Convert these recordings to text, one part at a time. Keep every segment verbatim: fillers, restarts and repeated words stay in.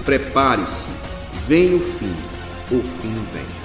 Prepare-se, vem o fim, o fim vem.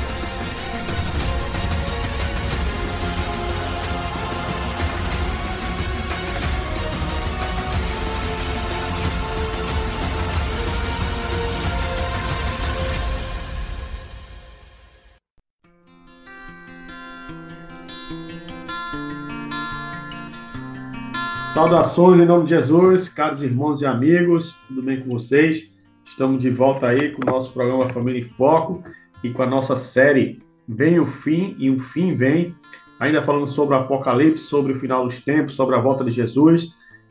Saudações em nome de Jesus, caros irmãos e amigos, tudo bem com vocês? Estamos de volta aí com o nosso programa Família em Foco e com a nossa série Vem o Fim e o Fim Vem, ainda falando sobre o Apocalipse, sobre o final dos tempos, sobre a volta de Jesus.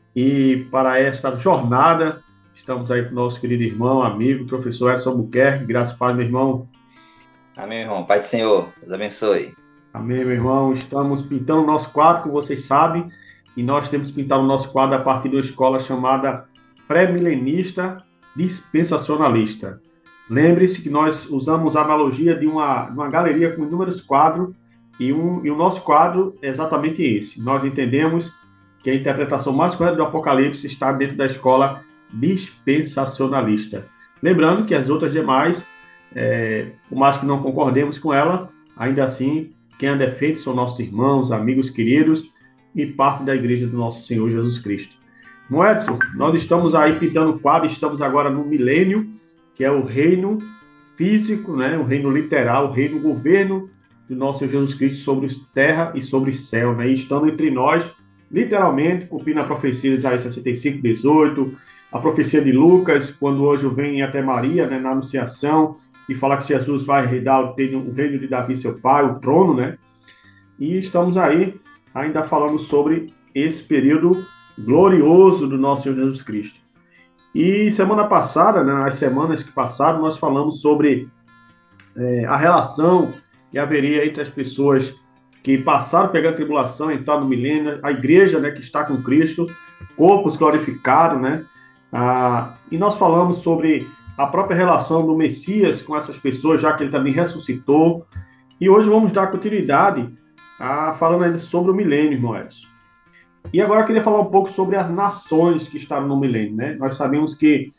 E para esta jornada, estamos aí com o nosso querido irmão, amigo, professor Edson Albuquerque. Graças a Deus, meu irmão. Amém, irmão. Pai do Senhor, Deus abençoe. Amém, meu irmão. Estamos pintando o nosso quadro, como vocês sabem, e nós temos pintado o nosso quadro a partir de uma escola chamada Pré-Milenista Dispensacionalista. Lembre-se que nós usamos a analogia de uma, de uma galeria com inúmeros quadros, e, um, e o nosso quadro é exatamente esse. Nós entendemos que a interpretação mais correta do Apocalipse está dentro da escola dispensacionalista. Lembrando que as outras demais, é, por mais que não concordemos com ela, ainda assim, quem a defende são nossos irmãos, amigos queridos, e parte da igreja do nosso Senhor Jesus Cristo. Bom, Edson, nós estamos aí pintando o quadro, estamos agora no milênio, que é o reino físico, né? O reino literal, o reino governo do nosso Senhor Jesus Cristo sobre terra e sobre céu, né? E estando entre nós, literalmente, cumprindo a profecia de Isaías sessenta e cinco, dezoito, a profecia de Lucas, quando o anjo vem até Maria, né, na anunciação, e fala que Jesus vai herdar o reino, o reino de Davi, seu pai, o trono, né? E estamos aí ainda falando sobre esse período glorioso do nosso Senhor Jesus Cristo. E semana passada, né, nas semanas que passaram, nós falamos sobre é, a relação que haveria entre as pessoas que passaram pegando tribulação, entraram no milênio, a igreja, né, que está com Cristo, corpos glorificados, né? Ah, e nós falamos sobre a própria relação do Messias com essas pessoas, já que ele também ressuscitou. E hoje vamos dar continuidade Ah, falando ainda sobre o milênio, irmão Edson. E agora eu queria falar um pouco sobre as nações que estarão no milênio, né? Nós sabemos que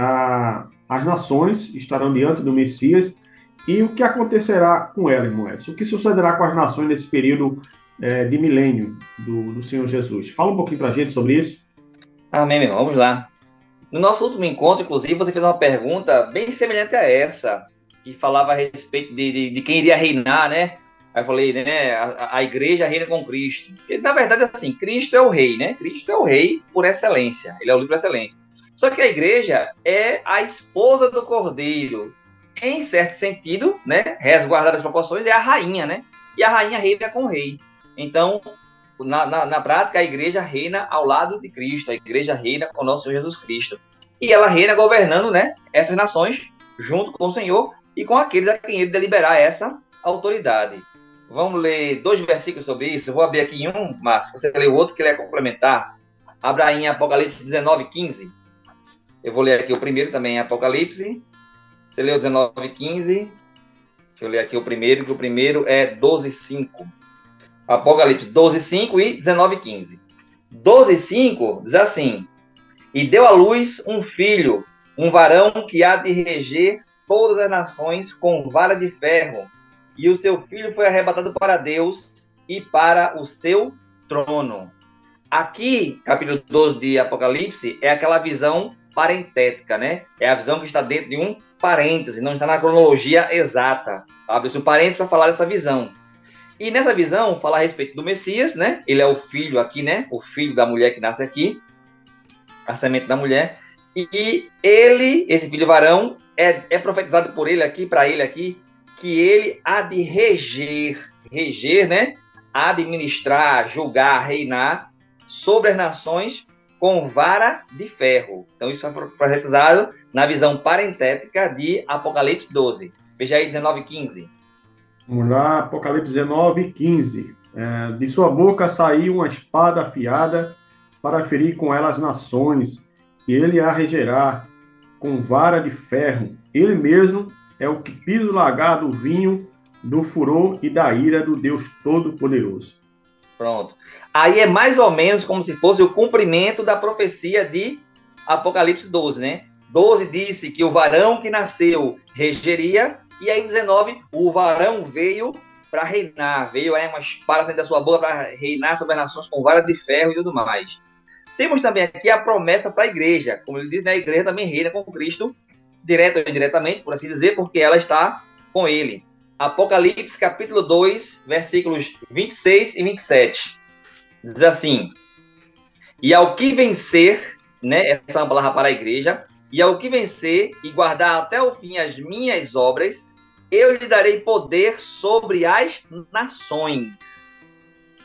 ah, as nações estarão diante do Messias, e o que acontecerá com elas, irmão Edson? O que sucederá com as nações nesse período eh, de milênio do, do Senhor Jesus? Fala um pouquinho pra gente sobre isso. Amém, meu irmão. Vamos lá. No nosso último encontro, inclusive, você fez uma pergunta bem semelhante a essa, que falava a respeito de, de, de quem iria reinar, né? Aí eu falei, né, a, a igreja reina com Cristo. E, na verdade, assim, Cristo é o rei, né? Cristo é o rei por excelência. Ele é o livro por excelência. Só que a igreja é a esposa do Cordeiro. Em certo sentido, né, resguardar as proporções, é a rainha, né? E a rainha reina com o rei. Então, na, na, na prática, a igreja reina ao lado de Cristo. A igreja reina com o nosso Senhor Jesus Cristo. E ela reina governando, né, essas nações, junto com o Senhor e com aqueles a quem ele deliberar essa autoridade. Vamos ler dois versículos sobre isso. Eu vou abrir aqui em um, mas você lê o outro que ele é complementar. Abra em Apocalipse dezenove, quinze. Eu vou ler aqui o primeiro também, Apocalipse. Você leu dezenove, quinze. Deixa eu ler aqui o primeiro, que o primeiro é doze, cinco. Apocalipse doze, cinco e dezenove, quinze. doze, cinco diz assim: E deu à luz um filho, um varão que há de reger todas as nações com vara de ferro. E o seu filho foi arrebatado para Deus e para o seu trono. Aqui, capítulo doze de Apocalipse, é aquela visão parentética, né? É a visão que está dentro de um parêntese, não está na cronologia exata. Abre-se um parêntese para falar dessa visão. E nessa visão, fala a respeito do Messias, né? Ele é o filho aqui, né? O filho da mulher que nasce aqui, a semente da mulher. E ele, esse filho varão, é, é profetizado por ele aqui, para ele aqui, que ele há de reger, reger, né? Administrar, julgar, reinar sobre as nações com vara de ferro. Então, isso é profetizado na visão parentética de Apocalipse doze. Veja aí, dezenove, quinze. Vamos lá, Apocalipse dezenove, quinze. É, de sua boca saiu uma espada afiada para ferir com ela as nações, e ele a regerá com vara de ferro. Ele mesmo é o que pisa o lagar do vinho, do furor e da ira do Deus Todo-Poderoso. Pronto. Aí é mais ou menos como se fosse o cumprimento da profecia de Apocalipse doze, né? doze disse que o varão que nasceu regeria, e aí dezenove, o varão veio para reinar, veio é, uma espada dentro da sua boca para reinar sobre as nações com vara de ferro e tudo mais. Temos também aqui a promessa para a igreja, como ele diz, né, a igreja também reina com Cristo, direto ou indiretamente, por assim dizer, porque ela está com ele. Apocalipse, capítulo dois, versículos vinte e seis e vinte e sete. Diz assim: e ao que vencer, né, essa é uma palavra para a igreja, e ao que vencer e guardar até o fim as minhas obras, eu lhe darei poder sobre as nações,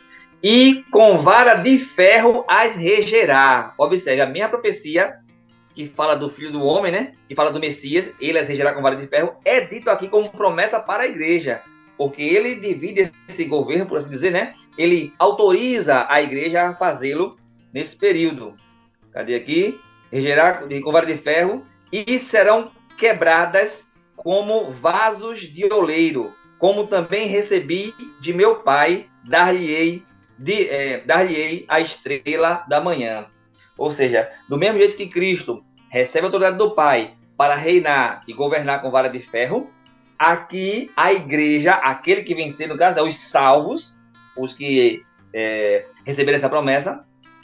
e com vara de ferro as regerá. Observe, a minha profecia, que fala do Filho do Homem, né, que fala do Messias, ele as regerá com vara de ferro, é dito aqui como promessa para a igreja, porque ele divide esse governo, por assim dizer, né, ele autoriza a igreja a fazê-lo nesse período. Cadê aqui? Regerá com vara de ferro, e serão quebradas como vasos de oleiro, como também recebi de meu pai, dar-lhe-ei é, dar-lhe-ei a estrela da manhã. Ou seja, do mesmo jeito que Cristo recebe a autoridade do Pai para reinar e governar com vara de ferro, aqui a igreja, aquele que vencer, no caso, os salvos, os que é, receberam essa promessa,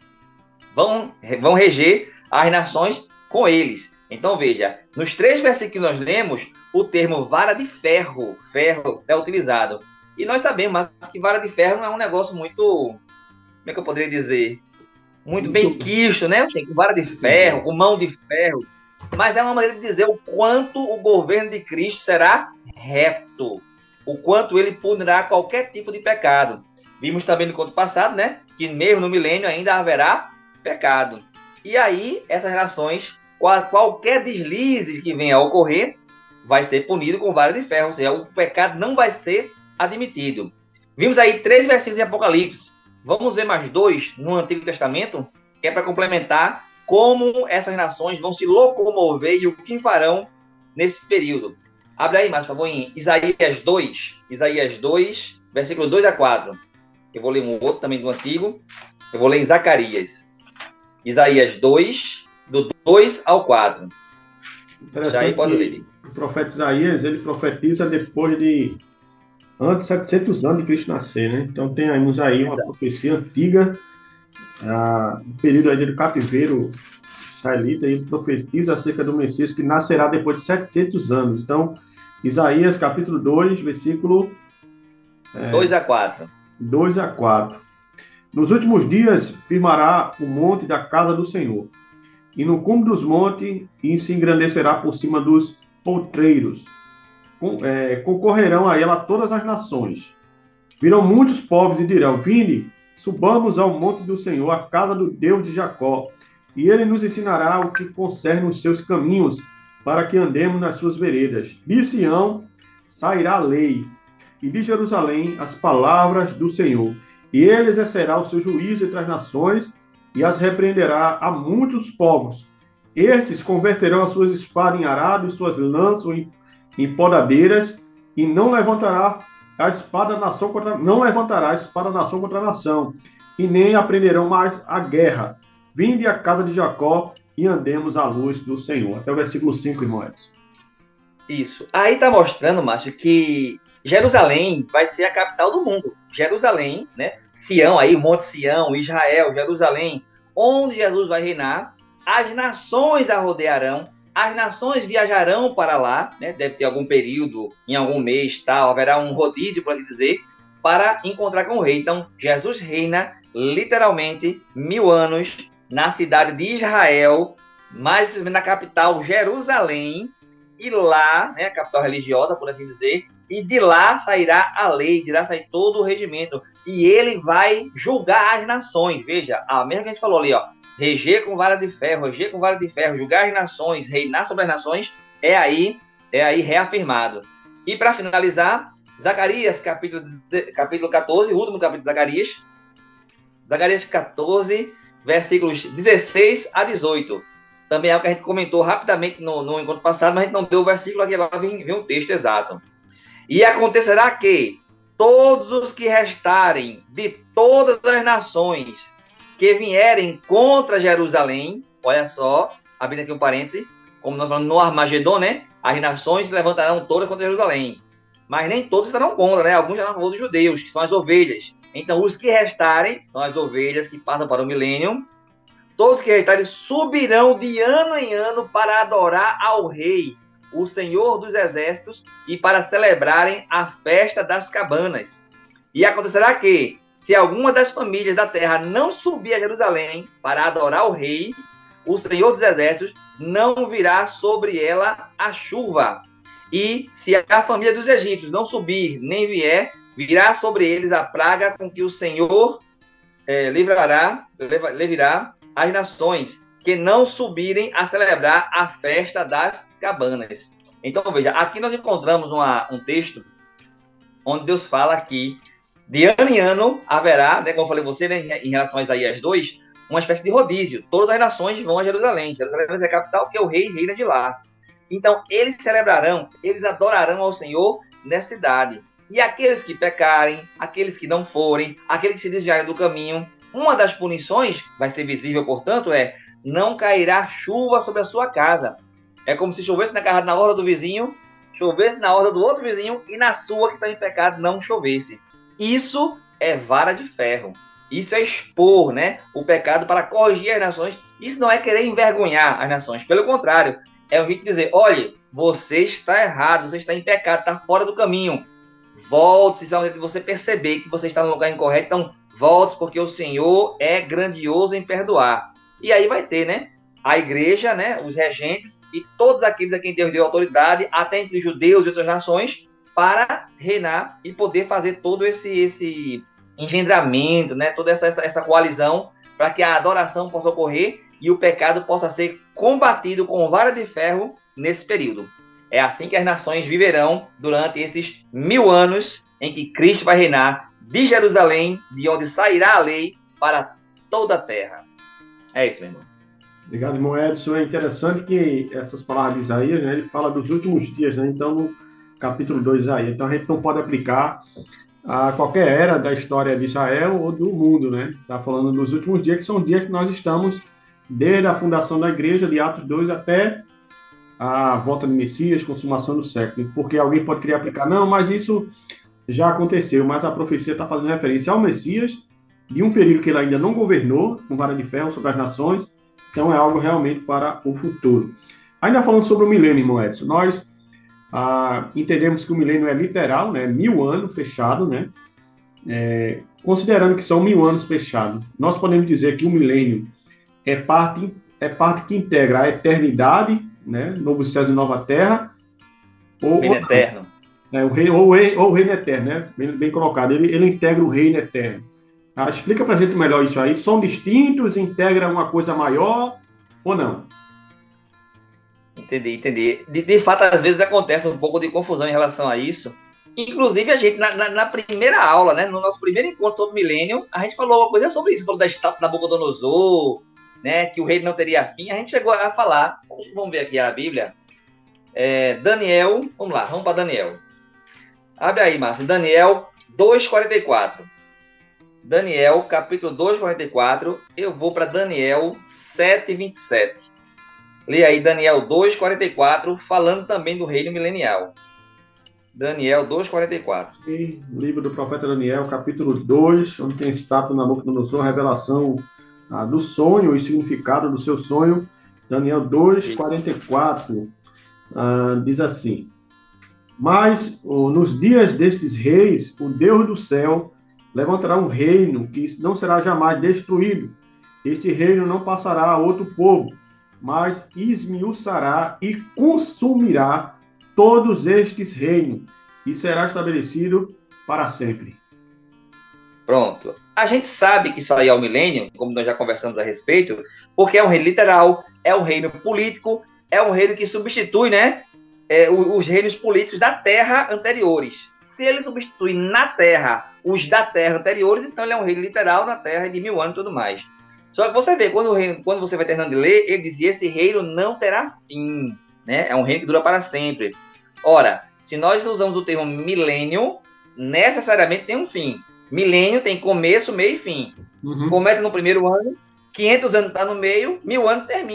vão, vão reger as nações com eles. Então, veja, nos três versículos que nós lemos, o termo vara de ferro, ferro é utilizado. E nós sabemos que vara de ferro não é um negócio muito, como é que eu poderia dizer, muito bem quisto, né? Com vara de ferro, com mão de ferro. Mas é uma maneira de dizer o quanto o governo de Cristo será reto, o quanto ele punirá qualquer tipo de pecado. Vimos também no conto passado, né? Que mesmo no milênio ainda haverá pecado. E aí, essas nações, qualquer deslize que venha a ocorrer, vai ser punido com vara de ferro, ou seja, o pecado não vai ser admitido. Vimos aí três versículos em Apocalipse. Vamos ver mais dois no Antigo Testamento, que é para complementar como essas nações vão se locomover e o que farão nesse período. Abre aí, mais por favor, em Isaías dois. Isaías dois, versículo dois a quatro. Eu vou ler um outro também do Antigo. Eu vou ler em Zacarias. Isaías dois, do dois ao quatro. Já aí pode ler. O profeta Isaías, ele profetiza depois de antes de setecentos anos de Cristo nascer, né? Então tem aí aí uma profecia antiga, ah, no período aí do cativeiro israelita, ele profetiza acerca do Messias que nascerá depois de setecentos anos. Então, Isaías capítulo dois, versículo é, dois a quatro. dois a quatro. Nos últimos dias firmará o monte da casa do Senhor, e no cume dos montes, e se engrandecerá por cima dos outreiros. Com, é, concorrerão a ela todas as nações. Virão muitos povos e dirão: vinde, subamos ao monte do Senhor, a casa do Deus de Jacó, e ele nos ensinará o que concerne os seus caminhos, para que andemos nas suas veredas. De Sião sairá a lei, e de Jerusalém as palavras do Senhor. E ele exercerá o seu juízo entre as nações, e as repreenderá a muitos povos. Estes converterão as suas espadas em arado e suas lanças em, em podadeiras, e não levantará a espada nação contra não levantará a espada nação contra nação, e nem aprenderão mais a guerra. Vinde à casa de Jacó e andemos à luz do Senhor. Até o versículo cinco, irmãos. Isso. Aí está mostrando, Márcio, que Jerusalém vai ser a capital do mundo. Jerusalém, né? Sião, aí, Monte Sião, Israel, Jerusalém, onde Jesus vai reinar. As nações a rodearão, as nações viajarão para lá, né? Deve ter algum período, em algum mês, tal, haverá um rodízio, por assim dizer, para encontrar com o rei. Então, Jesus reina literalmente mil anos na cidade de Israel, mais precisamente na capital Jerusalém, e lá, né, a capital religiosa, por assim dizer, e de lá sairá a lei, de lá sair todo o regimento, e ele vai julgar as nações. Veja, a mesma que a gente falou ali, ó, reger com vara de ferro, reger com vara de ferro, julgar as nações, reinar sobre as nações, é aí, é aí reafirmado. E para finalizar, Zacarias, capítulo, capítulo catorze, o último capítulo de Zacarias, Zacarias catorze, versículos dezesseis a dezoito. Também é o que a gente comentou rapidamente no, no encontro passado, mas a gente não deu o versículo aqui, agora vem, vem um texto exato. E acontecerá que todos os que restarem de todas as nações que vierem contra Jerusalém, olha só, abrindo aqui um parêntese, como nós falamos no Armagedon, né? As nações se levantarão todas contra Jerusalém. Mas nem todos estarão contra, né? Alguns estarão a favor dos judeus, que são as ovelhas. Então, os que restarem são as ovelhas que passam para o milênio. Todos que restarem subirão de ano em ano para adorar ao rei, o Senhor dos Exércitos, e para celebrarem a festa das cabanas. E acontecerá que, se alguma das famílias da terra não subir a Jerusalém para adorar o rei, o Senhor dos Exércitos não virá sobre ela a chuva. E se a família dos egípcios não subir nem vier, virá sobre eles a praga com que o Senhor é, livrará, levará as nações que não subirem a celebrar a festa das cabanas. Então, veja, aqui nós encontramos uma, um texto onde Deus fala que de ano em ano haverá, né, como eu falei você, né, em relação a Isaías dois, uma espécie de rodízio. Todas as nações vão a Jerusalém. Jerusalém é a capital, porque o rei reina de lá. Então, eles celebrarão, eles adorarão ao Senhor nessa cidade. E aqueles que pecarem, aqueles que não forem, aqueles que se desviarem do caminho, uma das punições, vai ser visível, portanto, é não cairá chuva sobre a sua casa. É como se chovesse na casa, na horda do vizinho, chovesse na horda do outro vizinho e na sua que está em pecado não chovesse. Isso é vara de ferro. Isso é expor, né, o pecado para corrigir as nações. Isso não é querer envergonhar as nações. Pelo contrário, é um jeito de dizer, olha, você está errado, você está em pecado, está fora do caminho. Volte, se você perceber que você está no lugar incorreto, então volte, porque o Senhor é grandioso em perdoar. E aí vai ter, né, a igreja, né, os regentes e todos aqueles a quem Deus deu autoridade, até entre judeus e outras nações, para reinar e poder fazer todo esse, esse engendramento, né, toda essa, essa, essa coalizão, para que a adoração possa ocorrer e o pecado possa ser combatido com vara de ferro nesse período. É assim que as nações viverão durante esses mil anos em que Cristo vai reinar de Jerusalém, de onde sairá a lei para toda a terra. É isso, meu irmão. Obrigado, irmão Edson. É interessante que essas palavras de Isaías, né, ele fala dos últimos dias, né? Então, no capítulo dois de Isaías. Então, a gente não pode aplicar a qualquer era da história de Israel ou do mundo, né? Está falando dos últimos dias, que são dias que nós estamos desde a fundação da igreja, de Atos dois, até a volta de Messias, consumação do século. Porque alguém pode querer aplicar, não, mas isso já aconteceu, mas a profecia está fazendo referência ao Messias, de um período que ele ainda não governou, com vara de ferro sobre as nações, então é algo realmente para o futuro. Ainda falando sobre o milênio, irmão Edson, nós ah, entendemos que o milênio é literal, né, mil anos fechado, né, é, considerando que são mil anos fechados, nós podemos dizer que o milênio é parte, é parte que integra a eternidade, né, novo céu e nova terra, ou, reino eterno. É, o reino, ou, ou o reino eterno, né, bem, bem colocado, ele, ele integra o reino eterno. Ah, explica pra gente melhor isso aí. São distintos, integram uma coisa maior ou não? Entendi, entendi. De, de fato, às vezes acontece um pouco de confusão em relação a isso. Inclusive, a gente, na, na, na primeira aula, né, no nosso primeiro encontro sobre o milênio, a gente falou uma coisa sobre isso, falou da estátua da Nabucodonosor, né, que o reino não teria fim. A gente chegou a falar, vamos ver aqui a Bíblia, é, Daniel, vamos lá, vamos para Daniel. Abre aí, Márcio, Daniel dois, quarenta e quatro. Daniel, capítulo dois, quarenta e quatro. Eu vou para Daniel sete, vinte e sete. Lê aí Daniel dois, quarenta e quatro, falando também do reino milenial. Daniel dois, quarenta e quatro. Livro do profeta Daniel, capítulo dois, onde tem estátua na boca do nosso, a revelação ah, do sonho e significado do seu sonho. Daniel dois, quarenta e quatro ah, diz assim: mas oh, nos dias destes reis, o Deus do céu levantará um reino que não será jamais destruído. Este reino não passará a outro povo, mas esmiuçará e consumirá todos estes reinos, e será estabelecido para sempre. Pronto. A gente sabe que isso aí é o milênio, como nós já conversamos a respeito, porque é um reino literal, é um reino político, é um reino que substitui, né, é, os reinos políticos da terra anteriores. Se ele substitui na terra os da terra anteriores, então ele é um reino literal na terra de mil anos e tudo mais. Só que você vê, quando, o reino, quando você vai terminando de ler, ele dizia: esse reino não terá fim, né? É um reino que dura para sempre. Ora, se nós usamos o termo milênio, necessariamente tem um fim. Milênio tem começo, meio e fim. Uhum. Começa no primeiro ano, quinhentos anos está no meio, mil anos termina.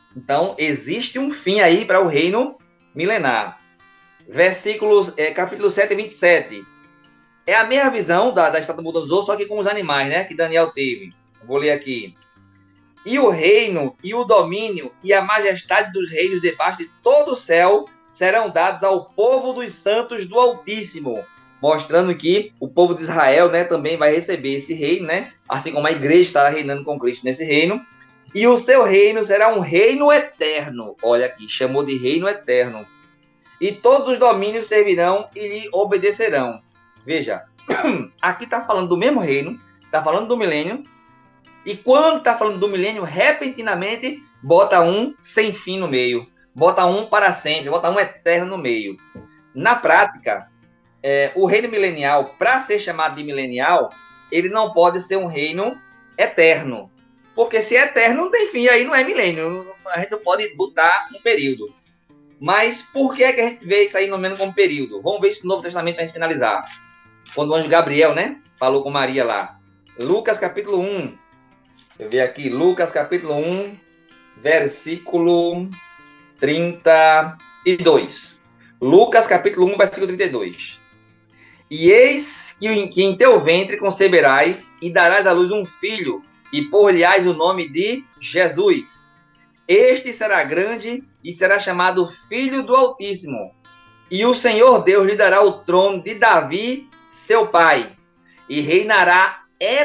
Então, existe um fim aí para o reino milenar. Versículos, é, capítulo sete, vinte e sete. É a mesma visão da, da estátua mudando dos ossos, só que com os animais, né? Que Daniel teve. Vou ler aqui. E o reino, e o domínio, e a majestade dos reinos debaixo de todo o céu serão dados ao povo dos santos do Altíssimo. Mostrando que o povo de Israel, né, também vai receber esse reino, né? Assim como a igreja estará reinando com Cristo nesse reino. E o seu reino será um reino eterno. Olha aqui, chamou de reino eterno. E todos os domínios servirão e lhe obedecerão. Veja, aqui está falando do mesmo reino, está falando do milênio, e quando está falando do milênio, repentinamente, bota um sem fim no meio, bota um para sempre, bota um eterno no meio. Na prática, é, o reino milenial, para ser chamado de milenial, ele não pode ser um reino eterno, porque se é eterno, não tem fim, aí não é milênio, a gente não pode botar um período. Mas por que, é que a gente vê isso aí no menos como período? Vamos ver isso no Novo Testamento para a gente finalizar. Quando o anjo Gabriel, né, falou com Maria lá. Lucas capítulo um. Eu vi aqui, Lucas capítulo um, versículo trinta e dois. Lucas capítulo um, versículo trinta e dois. E eis que em, que em teu ventre conceberás e darás à luz um filho, e por-lhe-ás o nome de Jesus. Este será grande e será chamado Filho do Altíssimo. E o Senhor Deus lhe dará o trono de Davi, seu pai, e reinará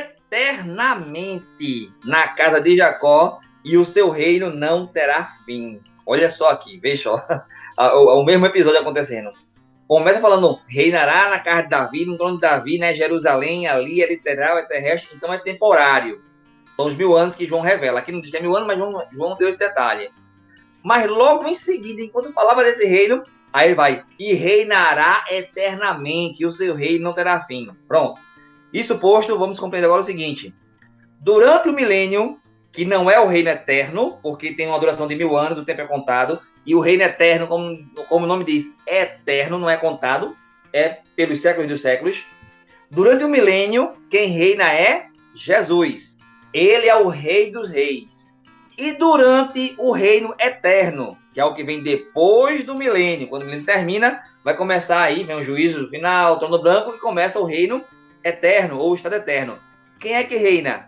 eternamente na casa de Jacó, e o seu reino não terá fim. Olha só aqui, veja ó, o, o mesmo episódio acontecendo. Começa falando, reinará na casa de Davi, no trono de Davi, né? Jerusalém, ali é literal, é terrestre, então é temporário. São os mil anos que João revela. Aqui não diz que é mil anos, mas João, João deu esse detalhe. Mas logo em seguida, enquanto falava desse reino, aí ele vai, e reinará eternamente, e o seu reino não terá fim. Pronto. Isso posto, vamos compreender agora o seguinte. Durante o milênio, que não é o reino eterno, porque tem uma duração de mil anos, o tempo é contado, e o reino eterno, como, como o nome diz, é eterno, não é contado, é pelos séculos dos séculos. Durante o milênio, quem reina é Jesus. Ele é o rei dos reis. E durante o reino eterno, que é o que vem depois do milênio, quando o milênio termina, vai começar aí, vem o juízo final, o trono branco, e começa o reino eterno, ou o estado eterno. Quem é que reina?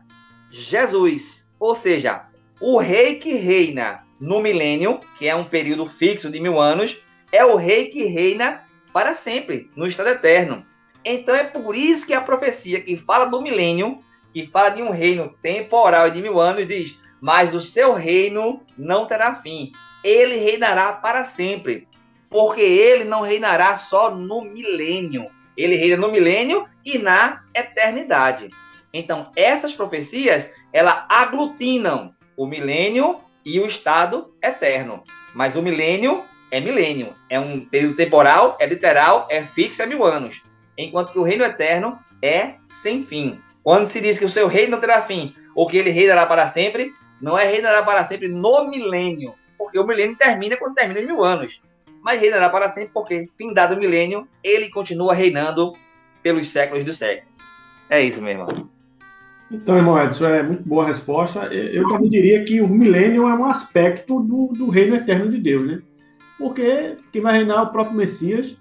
Jesus. Ou seja, o rei que reina no milênio, que é um período fixo de mil anos, é o rei que reina para sempre, no estado eterno. Então é por isso que a profecia que fala do milênio, que fala de um reino temporal de mil anos, diz, mas o seu reino não terá fim. Ele reinará para sempre, porque ele não reinará só no milênio. Ele reina no milênio e na eternidade. Então, essas profecias, elas aglutinam o milênio e o estado eterno. Mas o milênio é milênio. É um período temporal, é literal, é fixo, é mil anos. Enquanto que o reino eterno é sem fim. Quando se diz que o seu reino não terá fim, ou que ele reinará para sempre, não é reinará para sempre no milênio, porque o milênio termina quando termina os mil anos. Mas reinará para sempre porque, findado o milênio, ele continua reinando pelos séculos dos séculos. É isso, meu irmão. Então, irmão Edson, é muito boa a resposta. Eu também diria que o milênio é um aspecto do, do reino eterno de Deus, né? Porque quem vai reinar é o próprio Messias.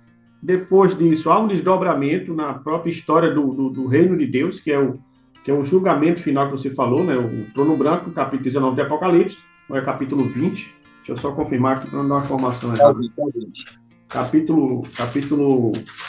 Depois disso, há um desdobramento na própria história do, do, do reino de Deus, que é, o, que é o julgamento final que você falou, né? O trono branco, capítulo dezenove de Apocalipse, ou é capítulo vinte. Deixa eu só confirmar aqui para não dar uma informação errada. Capítulo, capítulo...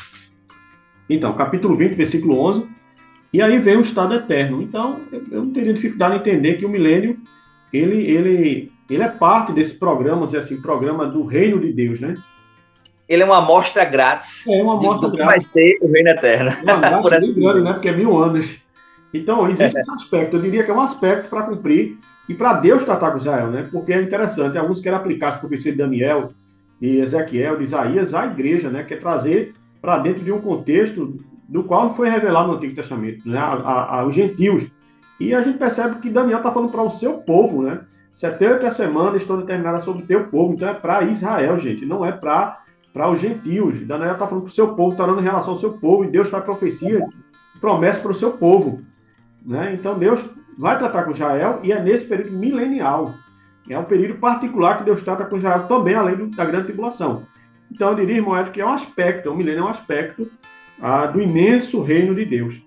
Então, capítulo vinte, versículo onze. E aí vem o estado eterno. Então, eu não teria dificuldade em entender que o milênio, ele, ele, ele é parte desse programa, vamos dizer assim, programa do reino de Deus, né? Ele é uma amostra grátis. É uma amostra de grátis. Vai ser o reino eterno. É uma grátis bem grande, né? Porque é mil anos. Então, existe esse aspecto. Eu diria que é um aspecto para cumprir e para Deus tratar com Israel, né? Porque é interessante. Alguns querem aplicar as profecias de Daniel, de Ezequiel, de Isaías à igreja, né? Quer trazer para dentro de um contexto do qual foi revelado no Antigo Testamento, né? A, a, a, os gentios. E a gente percebe que Daniel está falando para o seu povo, né? setenta semanas estão determinadas sobre o teu povo. Então é para Israel, gente. Não é para para os gentios. Daniel está falando para o seu povo, está dando em relação ao seu povo, e Deus faz profecia, promessa para o seu povo. Né? Então Deus vai tratar com Israel, e é nesse período milenial. É um período particular que Deus trata com Israel também, além do, da grande tribulação. Então, eu diria, irmão, que é um aspecto, o milênio é um aspecto ah, do imenso reino de Deus.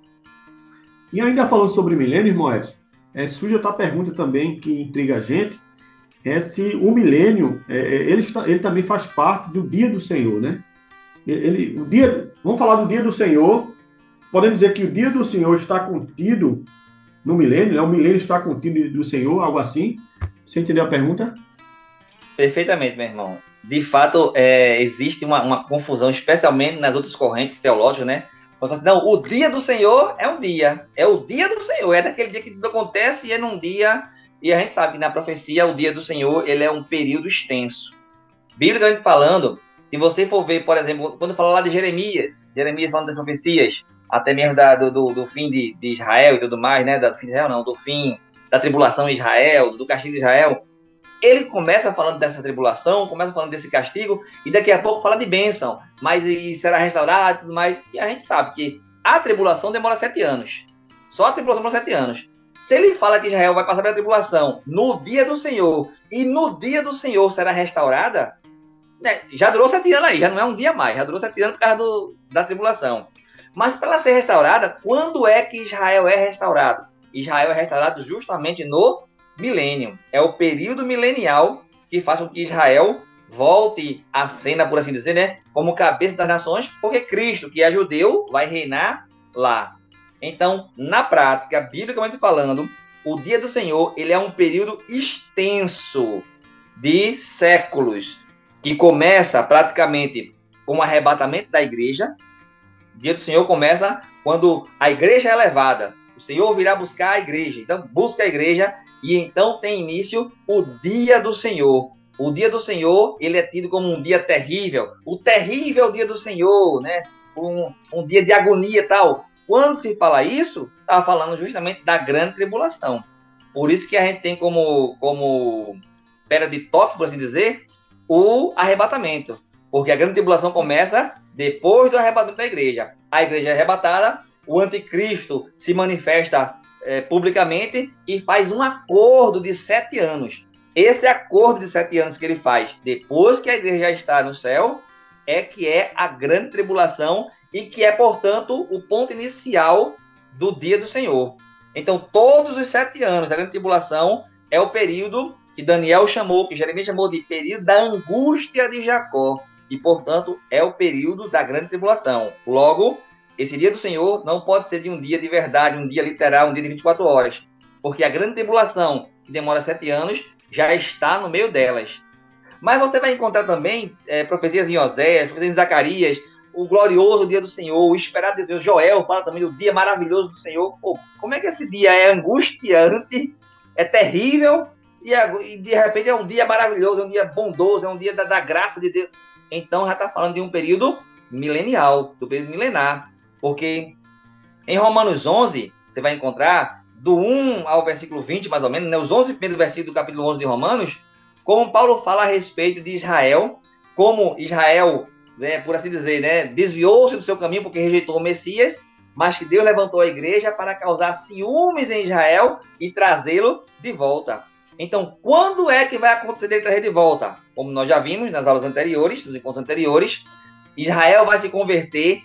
E ainda falando sobre milênio, irmão Edson, é, surge outra pergunta também que intriga a gente, é se o milênio, é, ele, ele também faz parte do dia do Senhor, né? Ele, o dia, vamos falar do dia do Senhor, podemos dizer que o dia do Senhor está contido no milênio, né? O milênio está contido do Senhor, algo assim. Você entendeu a pergunta? Perfeitamente, meu irmão. De fato, é, existe uma, uma confusão, especialmente nas outras correntes teológicas, né? Assim, não, o dia do Senhor é um dia, é o dia do Senhor, é daquele dia que tudo acontece e é num dia, e a gente sabe que na profecia o dia do Senhor, ele é um período extenso. Biblicamente falando, se você for ver, por exemplo, quando fala lá de Jeremias, Jeremias falando das profecias, até mesmo da, do, do, do fim de, de Israel e tudo mais, né, do fim de Israel não, do fim da tribulação em Israel, do castigo de Israel, ele começa falando dessa tribulação, começa falando desse castigo, e daqui a pouco fala de bênção, mas e será restaurado e tudo mais. E a gente sabe que a tribulação demora sete anos. Só a tribulação demora sete anos. Se ele fala que Israel vai passar pela tribulação no dia do Senhor, e no dia do Senhor será restaurada, né, já durou sete anos aí, já não é um dia mais, já durou sete anos por causa do, da tribulação. Mas para ela ser restaurada, quando é que Israel é restaurado? Israel é restaurado justamente no milênio. É o período milenial que faz com que Israel volte à cena, por assim dizer, né, como cabeça das nações, porque Cristo, que é judeu, vai reinar lá. Então, na prática, biblicamente falando, o dia do Senhor, ele é um período extenso de séculos, que começa praticamente com o arrebatamento da igreja. O dia do Senhor começa quando a igreja é levada. O Senhor virá buscar a igreja. Então, busca a igreja e então tem início o dia do Senhor. O dia do Senhor, ele é tido como um dia terrível. O terrível dia do Senhor, né? Um, um dia de agonia e tal. Quando se fala isso, está falando justamente da grande tribulação. Por isso que a gente tem como, como pedra de toque, por assim dizer, o arrebatamento. Porque a grande tribulação começa depois do arrebatamento da igreja. A igreja é arrebatada, o anticristo se manifesta é, publicamente e faz um acordo de sete anos. Esse acordo de sete anos que ele faz, depois que a igreja já está no céu, é que é a grande tribulação e que é, portanto, o ponto inicial do dia do Senhor. Então, todos os sete anos da grande tribulação é o período que Daniel chamou, que Jeremias chamou de período da angústia de Jacó. E, portanto, é o período da grande tribulação. Logo, esse dia do Senhor não pode ser de um dia de verdade, um dia literal, um dia de vinte e quatro horas. Porque a grande tribulação, que demora sete anos, já está no meio delas. Mas você vai encontrar também é, profecias em Oséias, profecias em Zacarias, o glorioso dia do Senhor, o esperado de Deus. Joel fala também do dia maravilhoso do Senhor. Pô, como é que esse dia é angustiante, é terrível, e, e de repente é um dia maravilhoso, é um dia bondoso, é um dia da, da graça de Deus. Então já está falando de um período milenial, do período milenar. Porque em Romanos onze, você vai encontrar do um ao versículo vinte, mais ou menos, né, os onze primeiros versículos do capítulo onze de Romanos, como Paulo fala a respeito de Israel, como Israel, né, por assim dizer, né, desviou-se do seu caminho porque rejeitou o Messias, mas que Deus levantou a igreja para causar ciúmes em Israel e trazê-lo de volta. Então, quando é que vai acontecer dele trazer de volta? Como nós já vimos nas aulas anteriores, nos encontros anteriores, Israel vai se converter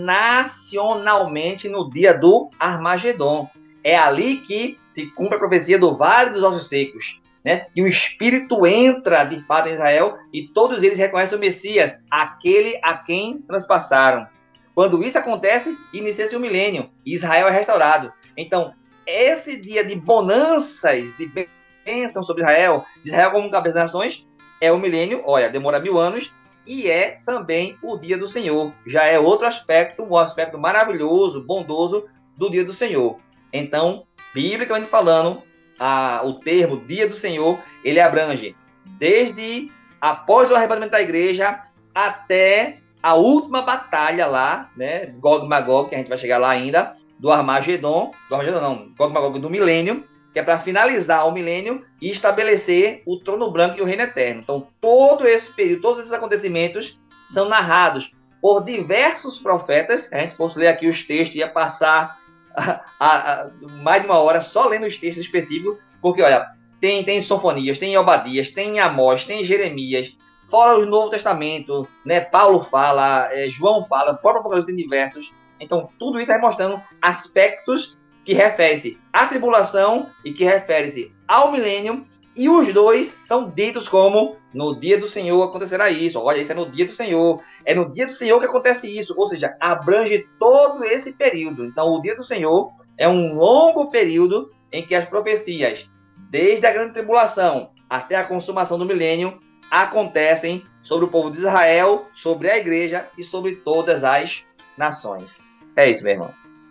nacionalmente no dia do Armagedon. É ali que se cumpre a profecia do Vale dos Ossos Secos, né? E o Espírito entra de fato em Israel e todos eles reconhecem o Messias, aquele a quem transpassaram. Quando isso acontece, inicia-se o milênio e Israel é restaurado. Então, esse dia de bonanças, de bênção sobre Israel, de Israel como cabeça das nações, é o milênio. Olha, demora mil anos e é também o dia do Senhor. Já é outro aspecto, um aspecto maravilhoso, bondoso do dia do Senhor. Então, biblicamente falando, a, o termo dia do Senhor, ele abrange desde após o arrebatamento da igreja até a última batalha lá, né, Gog e Magog, que a gente vai chegar lá ainda, do Armagedon, do Armagedon não, Gog e Magog do milênio, que é para finalizar o milênio e estabelecer o trono branco e o reino eterno. Então, todo esse período, todos esses acontecimentos são narrados por diversos profetas. A gente fosse ler aqui os textos, ia passar a, a, a, mais de uma hora só lendo os textos específicos, porque, olha, tem, tem Sofonias, tem Obadias, tem Amós, tem Jeremias, fora o Novo Testamento, né? Paulo fala, é, João fala, o próprio Apocalipse tem diversos. Então, tudo isso está mostrando aspectos que referem-se à tribulação e que referem-se ao milênio, e os dois são ditos como no dia do Senhor acontecerá isso. Olha, isso é no dia do Senhor. É no dia do Senhor que acontece isso. Ou seja, abrange todo esse período. Então, o dia do Senhor é um longo período em que as profecias, desde a grande tribulação até a consumação do milênio, acontecem sobre o povo de Israel, sobre a igreja e sobre todas as nações. É isso, meu irmão.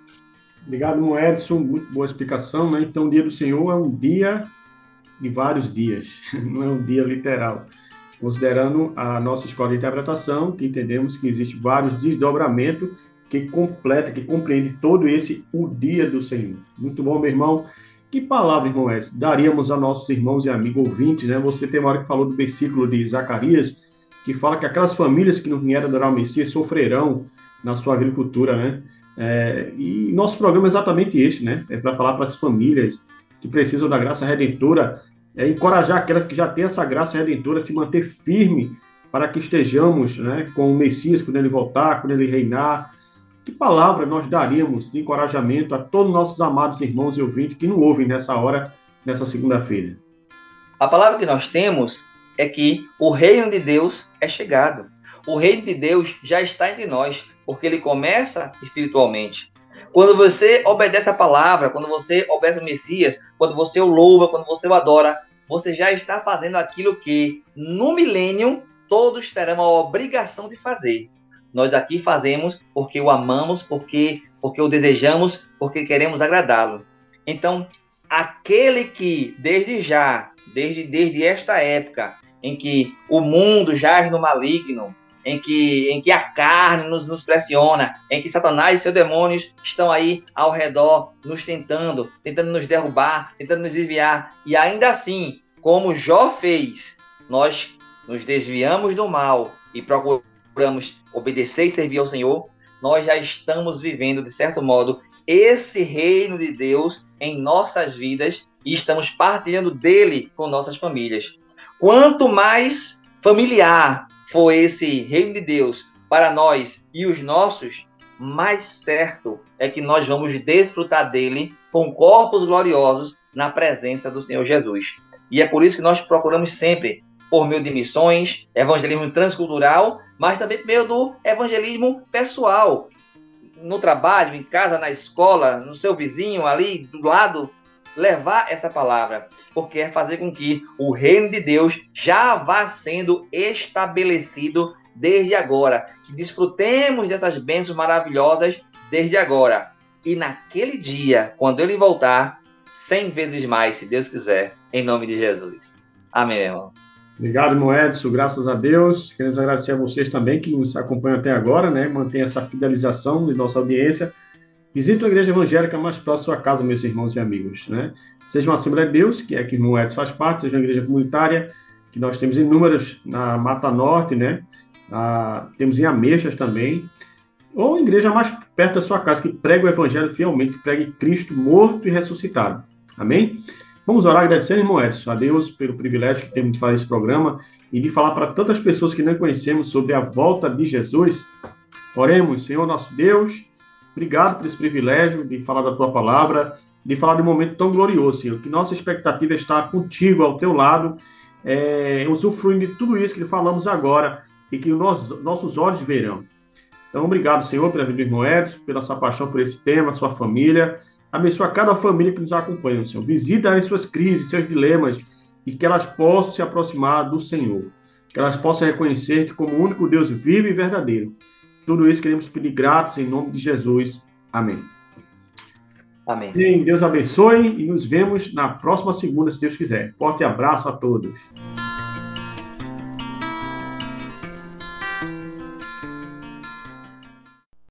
Obrigado, Edson. Muito boa explicação, né? Então, o dia do Senhor é um dia de vários dias, não é um dia literal. Considerando a nossa escola de interpretação, que entendemos que existe vários desdobramentos que completa, que compreende todo esse o dia do Senhor. Muito bom, meu irmão. Que palavra, irmão Edson, daríamos a nossos irmãos e amigos ouvintes, né? Você tem uma hora que falou do versículo de Zacarias, que fala que aquelas famílias que não vieram adorar o Messias sofrerão na sua agricultura, né? É, e nosso programa é exatamente este, né? É para falar para as famílias que precisam da graça redentora, é encorajar aquelas que já têm essa graça redentora a se manter firme para que estejamos, né, com o Messias quando ele voltar, quando ele reinar. Que palavra nós daríamos de encorajamento a todos os nossos amados irmãos e ouvintes que não ouvem nessa hora, nessa segunda-feira? A palavra que nós temos é que o reino de Deus é chegado. O reino de Deus já está entre nós, porque ele começa espiritualmente. Quando você obedece a palavra, quando você obedece o Messias, quando você o louva, quando você o adora, você já está fazendo aquilo que, no milênio, todos terão a obrigação de fazer. Nós daqui fazemos porque o amamos, porque, porque o desejamos, porque queremos agradá-lo. Então, aquele que, desde já, desde, desde esta época, em que o mundo jaz no maligno, em que, em que a carne nos, nos pressiona, em que Satanás e seus demônios estão aí ao redor, nos tentando, tentando nos derrubar, tentando nos desviar. E ainda assim, como Jó fez, nós nos desviamos do mal e procuramos obedecer e servir ao Senhor, nós já estamos vivendo, de certo modo, esse reino de Deus em nossas vidas e estamos partilhando dele com nossas famílias. Quanto mais familiar for esse reino de Deus para nós e os nossos, mais certo é que nós vamos desfrutar dele com corpos gloriosos na presença do Senhor Jesus. E é por isso que nós procuramos sempre, por meio de missões, evangelismo transcultural, mas também por meio do evangelismo pessoal, no trabalho, em casa, na escola, no seu vizinho ali do lado, levar essa palavra, porque é fazer com que o reino de Deus já vá sendo estabelecido desde agora, que desfrutemos dessas bênçãos maravilhosas desde agora. E naquele dia, quando ele voltar, cem vezes mais, se Deus quiser, em nome de Jesus. Amém, meu irmão. Obrigado, irmão Edson, graças a Deus. Queremos agradecer a vocês também que nos acompanham até agora, né? Mantém essa fidelização de nossa audiência. Visite a igreja evangélica mais próxima à sua casa, meus irmãos e amigos, né? Seja uma Assembleia de Deus, que é que o irmão Edson faz parte, seja uma igreja comunitária, que nós temos inúmeras na Mata Norte, né? Ah, temos em Ameixas também, ou igreja mais perto da sua casa, que prega o evangelho fielmente, que pregue Cristo morto e ressuscitado. Amém? Vamos orar agradecendo, irmão Edson, a Deus pelo privilégio que temos de fazer esse programa e de falar para tantas pessoas que não conhecemos sobre a volta de Jesus. Oremos, Senhor nosso Deus, obrigado por esse privilégio de falar da tua palavra, de falar de um momento tão glorioso, Senhor, que nossa expectativa é estar contigo, ao teu lado, é, usufruindo de tudo isso que falamos agora e que os nossos olhos verão. Então, obrigado, Senhor, pela vida do irmão Edson, pela sua paixão por esse tema, sua família. Abençoa cada família que nos acompanha, Senhor. Visita as suas crises, seus dilemas, e que elas possam se aproximar do Senhor. Que elas possam reconhecer-te como o único Deus vivo e verdadeiro. Tudo isso queremos pedir gratos em nome de Jesus. Amém. Amém. Sim, Deus abençoe e nos vemos na próxima segunda, se Deus quiser. Forte abraço a todos.